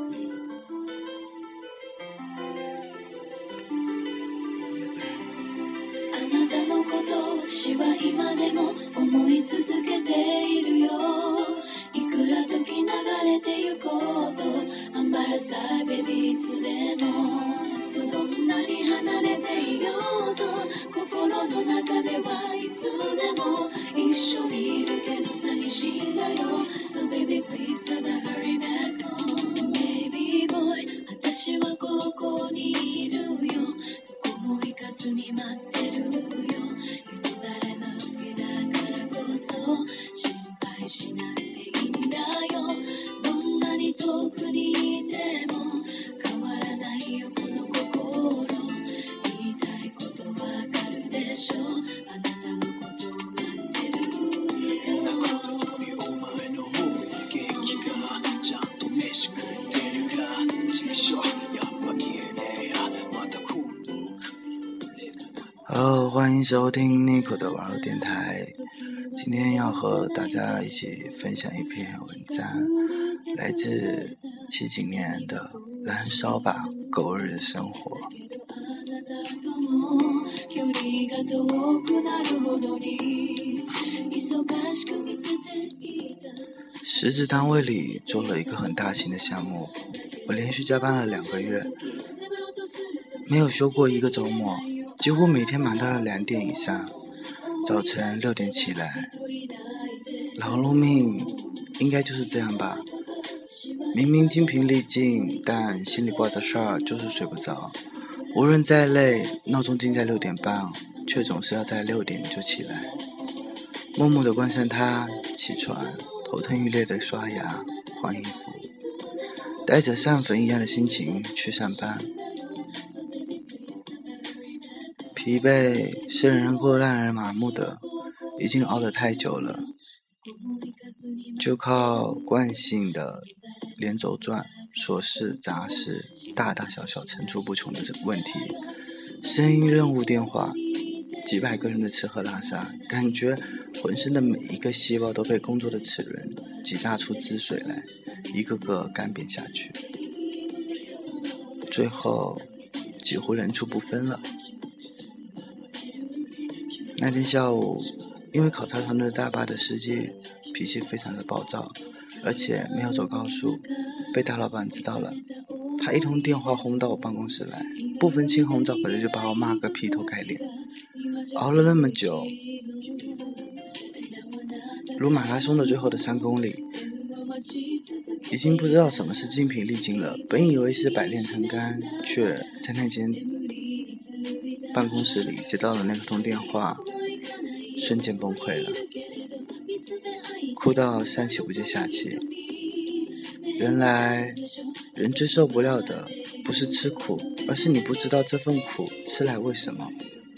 あなたのこと私は今でも思い続けているよ。いくら時流れてゆこうと I'm by her side baby いつでも。どんなに離れていようと心の中ではいつでも一緒にいるけど寂しいんだよ。 So baby please let her hurry back home Baby boy 私はここにいるよ。どこも行かずに待ってるよ。 You know that I love you だからこそ心配しなくていいんだよ。どんなに遠くにいても変わらないよこの心。言いたいことわかるでしょ。あなたのことを待ってるよ。 なことよりお前の方が元気か。ちゃんと飯食ってるか。ちしょやっぱ見えねえや。また今度 Hello， 欢迎收听 Nico 的网络电台。今天要和大家一起分享一篇文章，来自七几年的《燃烧吧，狗日生活》。实质单位里做了一个很大型的项目，我连续加班了2个月，没有休过一个周末，几乎每天忙到2点以上。早晨6点起来，劳碌命应该就是这样吧。明明精疲力尽，但心里挂着事儿，就是睡不着。无论再累，闹钟定在6点半，却总是要在6点就起来。默默地关上它，起床，头疼欲裂地刷牙，换衣服，带着上坟一样的心情去上班。疲惫是能够让人麻木的，已经熬得太久了，就靠惯性的连轴转，琐事杂事，大大小小层出不穷的问题，声音任务电话，几百个人的吃喝拉撒，感觉浑身的每一个细胞都被工作的齿轮挤榨出汁水来，一个个干瘪下去，最后几乎人畜不分了。那天下午，因为考察团的大巴的司机脾气非常的暴躁，而且没有走高速，被大老板知道了。他一通电话轰到我办公室来，不分青红皂白的就把我骂个劈头盖脸。熬了那么久，如马拉松的最后的3公里，已经不知道什么是精疲力尽了。本以为是百炼成钢，却在那间办公室里接到了那通电话，瞬间崩溃了，哭到上气不接下气。原来人最受不了的不是吃苦，而是你不知道这份苦吃来为什么。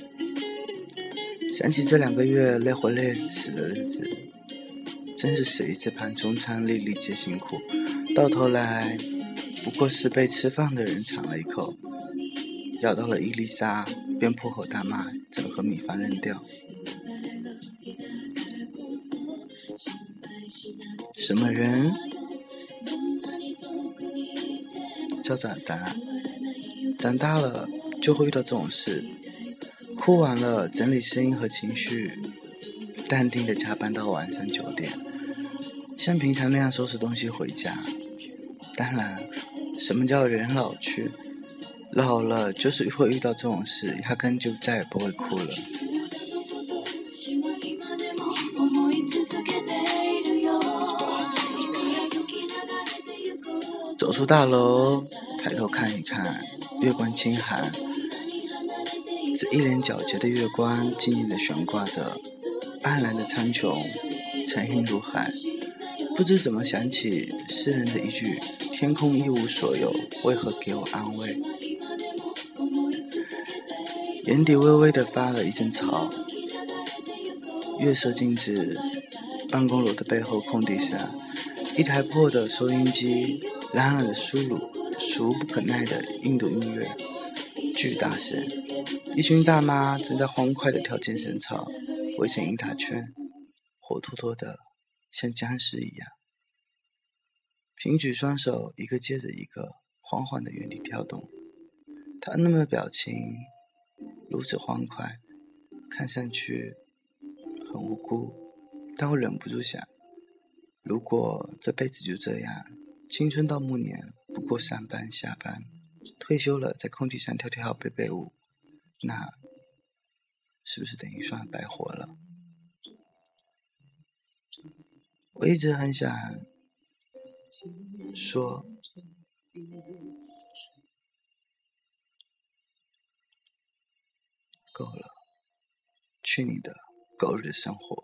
想起这2个月累活累死的日子，真是谁字旁中餐粒粒皆辛苦，到头来不过是被吃饭的人尝了一口，咬到了一粒沙，便破口大骂，整盒米饭扔掉。什么人叫长大？长大了就会遇到这种事，哭完了整理声音和情绪，淡定地加班到晚上9点，像平常那样收拾东西回家。当然，什么叫人老去？老了就是会遇到这种事，压根就再也不会哭了。走出大楼，抬头看一看，月光清寒，这一帘皎洁的月光静静地悬挂着，黯然的苍穹，沉云如海。不知怎么想起诗人的一句：天空一无所有，为何给我安慰？眼底微微地发了一阵潮，月色静止，办公楼的背后空地上，一台破的收音机朗朗的输入俗不可耐的印度音乐，巨大声，一群大妈正在欢快地跳健身操，围成一大圈，活脱脱的像僵尸一样。 平举双手，一个接着一个，缓缓地原地跳动。他那么表情如此欢快，看上去很无辜，但我忍不住想，如果这辈子就这样，青春到暮年不过上班下班，退休了在空地上跳跳背背舞，那是不是等于算白活了？我一直很想说，够了，去你的狗日生活！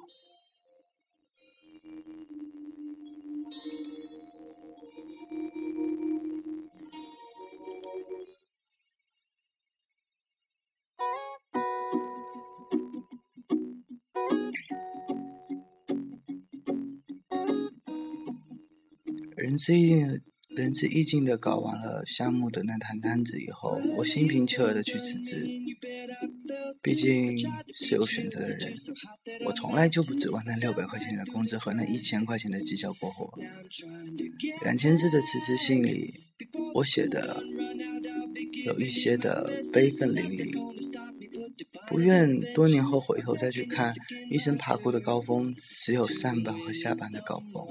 仁至义尽地搞完了项目的那摊单子以后，我心平气和地去辞职。毕竟是有选择的人，我从来就不指望那600块钱的工资和那1000块钱的绩效过活。2000字的辞职信里，我写的有一些的悲愤淋漓，不愿多年后回头再去看，一生爬过的高峰只有上班和下班的高峰。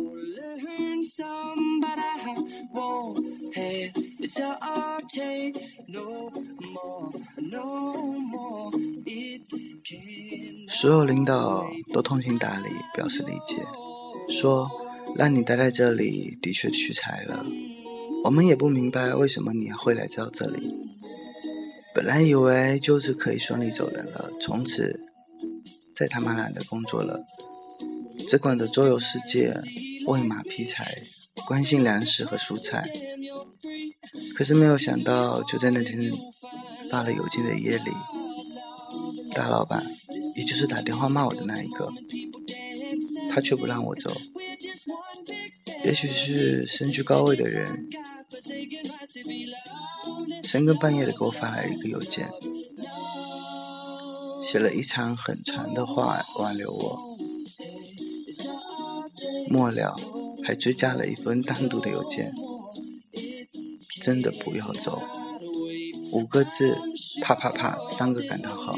所有领导都通情达理，表示理解，说让你待在这里的确屈才了，我们也不明白为什么你会来到这里。本来以为就此可以顺利走人了，从此再他妈懒得工作了，只管着周游世界，喂马劈柴，关心粮食和蔬菜。可是没有想到，就在那天发了邮件的夜里，大老板，也就是打电话骂我的那一个，他却不让我走。也许是身居高位的人，深更半夜的给我发来一个邮件，写了一长很长的话挽留我，末了还追加了一封单独的邮件，真的不要走，5个字，啪啪啪，3个感叹号。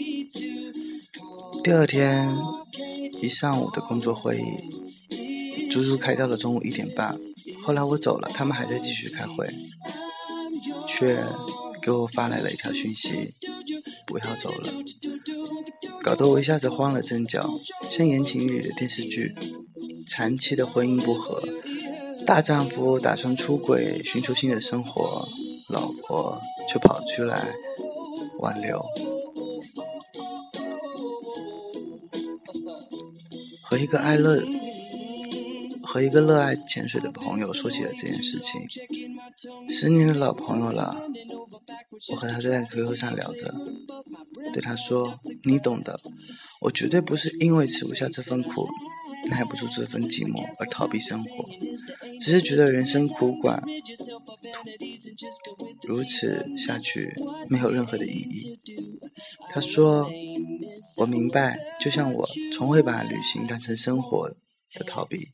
第二天一上午的工作会议，足足开到了中午1点半。后来我走了，他们还在继续开会，却给我发来了一条讯息，不要走了，搞得我一下子慌了阵脚，像言情里的电视剧，长期的婚姻不和，大丈夫打算出轨寻求新的生活，老婆却跑出来挽留。和一个热爱潜水的朋友说起了这件事情，10年的老朋友了，我和他在 QQ 上聊着，对他说，你懂的，我绝对不是因为吃不下这份苦，耐不住这份寂寞而逃避生活，只是觉得人生苦短，如此下去没有任何的意义。他说，我明白，就像我从会把旅行当成生活的逃避，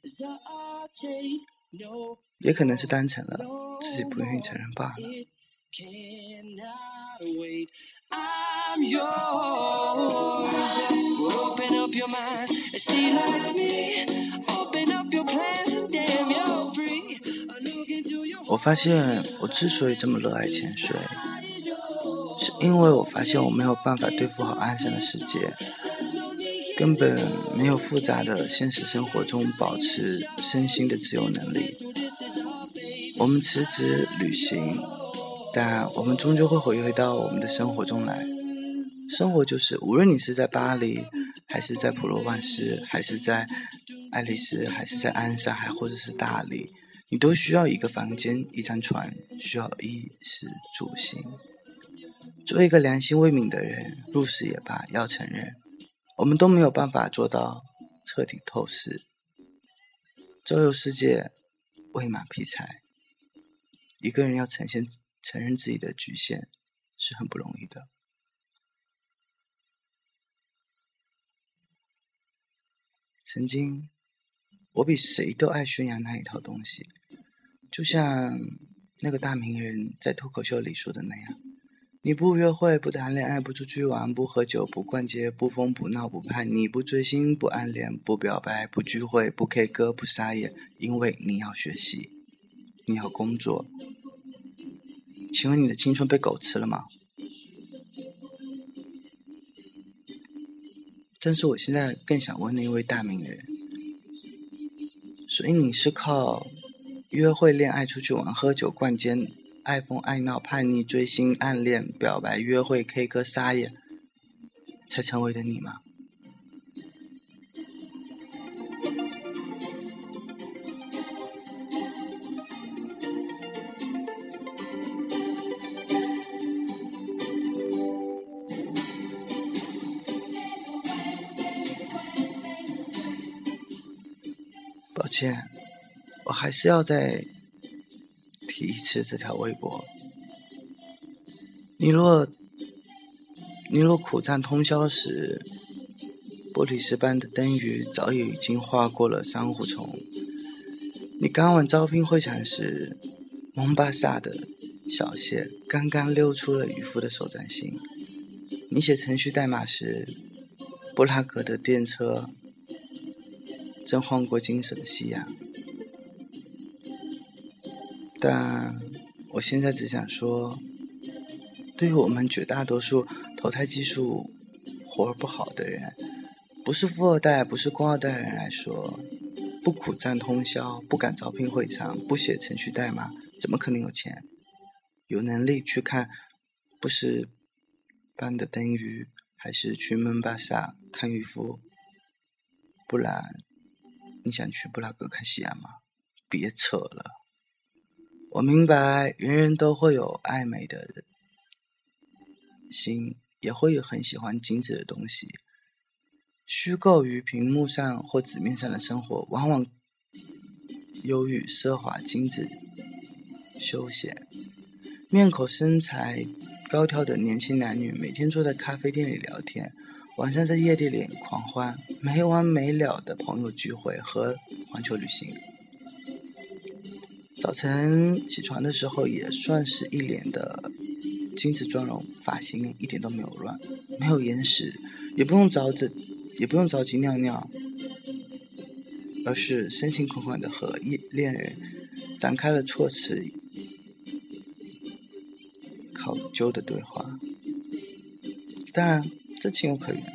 也可能是单纯了，自己不愿意承认罢了。I'm yours. Open up your mind and see like me. Open up your plans and damn you're free. 我发现我之所以这么热爱潜水，是因为我发现我没有办法对付好岸上的世界，根本没有复杂的现实生活中保持身心的自由能力。我们辞职旅行，但我们终究会回到我们的生活中来。生活就是，无论你是在巴黎，还是在普罗旺斯，还是在爱丽丝，还是在安萨，还或者是大理，你都需要一个房间，一张床，需要衣食住行。作为一个良心未泯的人，入世也罢，要承认，我们都没有办法做到彻底透视。周游世界，喂马劈柴，一个人要承认自己的局限，是很不容易的。曾经，我比谁都爱宣扬那一套东西， 就像那个大名人在脱口秀里说的那样，你不约会，不谈恋爱，不出去玩，不喝酒，不逛街，不疯不闹不叛逆，不追星，不暗恋，不表白，不聚会，不 K 歌，不撒野，因为你要学习，你要工作。请问你的青春被狗吃了吗？正是我现在更想问那位大名人，所以你是靠约会、恋爱、出去玩、喝酒、逛街、爱疯爱闹、叛逆、追星、暗恋、表白、约会、K 歌、撒野才成为的你吗？抱歉，我还是要再提一次这条微博。你若苦战通宵时，玻璃石般的灯鱼早已经划过了珊瑚丛。你刚往招聘会场时，蒙巴萨的小蟹刚刚溜出了渔夫的手掌心。你写程序代码时，布拉格的电车正晃过金色的夕阳。但我现在只想说，对于我们绝大多数投胎技术活儿不好的人，不是富二代，不是官二代的人来说，不苦战通宵，不赶招聘会场，不写程序代码，怎么可能有钱？有能力去看布什般的灯鱼，还是去蒙巴萨看渔夫？不然，你想去布拉格看夕阳吗？别扯了。我明白，人人都会有爱美的心，也会有很喜欢精致的东西。虚构于屏幕上或纸面上的生活，往往忧郁、奢华、精致、休闲。面孔身材高挑的年轻男女，每天坐在咖啡店里聊天，晚上在夜店里狂欢，没完没了的朋友聚会和环球旅行。早晨起床的时候也算是一脸的精致妆容，发型一点都没有乱，没有眼屎，也不用着急尿尿，而是深情款款的和恋人展开了措辞考究的对话。当然这情有可原，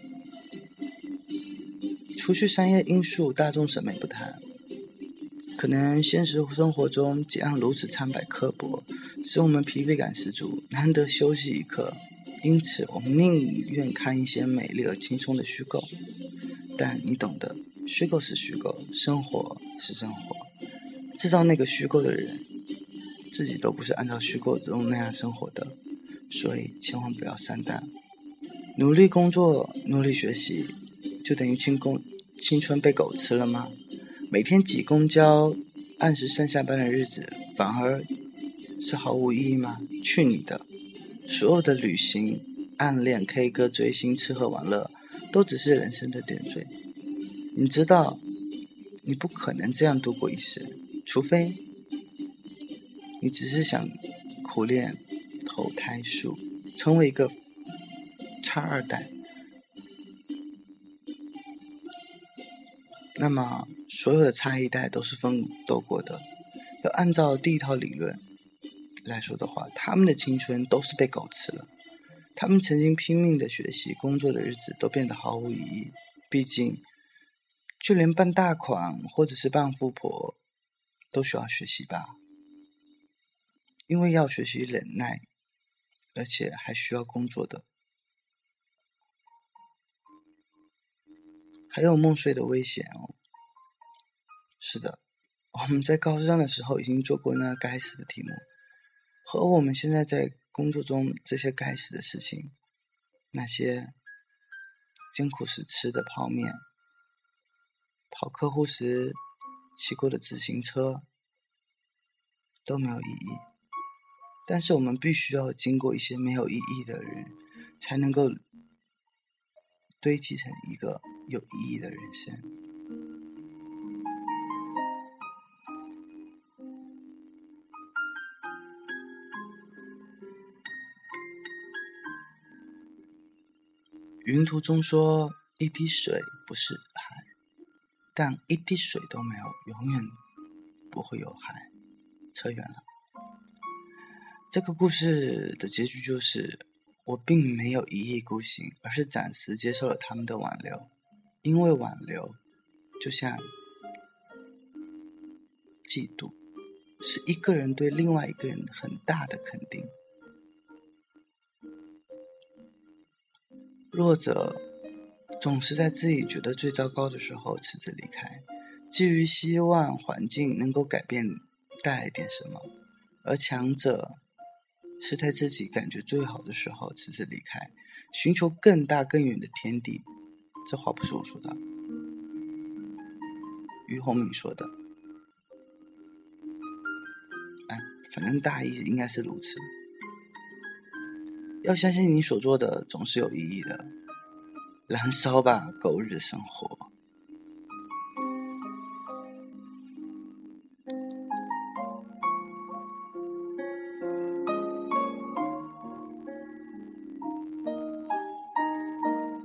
除去商业因素，大众审美不谈，可能现实生活中这样如此苍白刻薄，使我们疲惫感十足，难得休息一刻，因此我们宁愿看一些美丽而轻松的虚构。但你懂得，虚构是虚构，生活是生活，制造那个虚构的人自己都不是按照虚构中那样生活的，所以千万不要上当。努力工作，努力学习，就等于青春被狗吃了吗？每天挤公交按时上下班的日子，反而是毫无意义吗？去你的！所有的旅行、暗恋、K 歌、追星、吃喝玩乐，都只是人生的点缀。你知道，你不可能这样度过一生，除非你只是想苦练投胎术，成为一个叉二代。那么所有的差一代都是奋斗过的，要按照第一套理论来说的话，他们的青春都是被狗吃了。他们曾经拼命的学习工作的日子都变得毫无意义，毕竟就连扮大款或者是扮富婆都需要学习吧，因为要学习忍耐，而且还需要工作的。还有梦碎的危险哦。是的，我们在高三的时候已经做过那该死的题目，和我们现在在工作中这些该死的事情，那些艰苦时吃的泡面，跑客户时骑过的自行车，都没有意义。但是我们必须要经过一些没有意义的人，才能够堆积成一个有意义的人生。 云图中说一滴水不是海，但一滴水都没有，永远不会有海。扯远了。这个故事的结局就是，我并没有一意孤行，而是暂时接受了他们的挽留，因为挽留就像嫉妒，是一个人对另外一个人很大的肯定。弱者总是在自己觉得最糟糕的时候辞职离开，基于希望环境能够改变，带来点什么；而强者是在自己感觉最好的时候辞职离开，寻求更大更远的天地。这话不是我说的，俞洪敏说的。反正大意应该是如此。要相信你所做的总是有意义的，燃烧吧狗日的生活。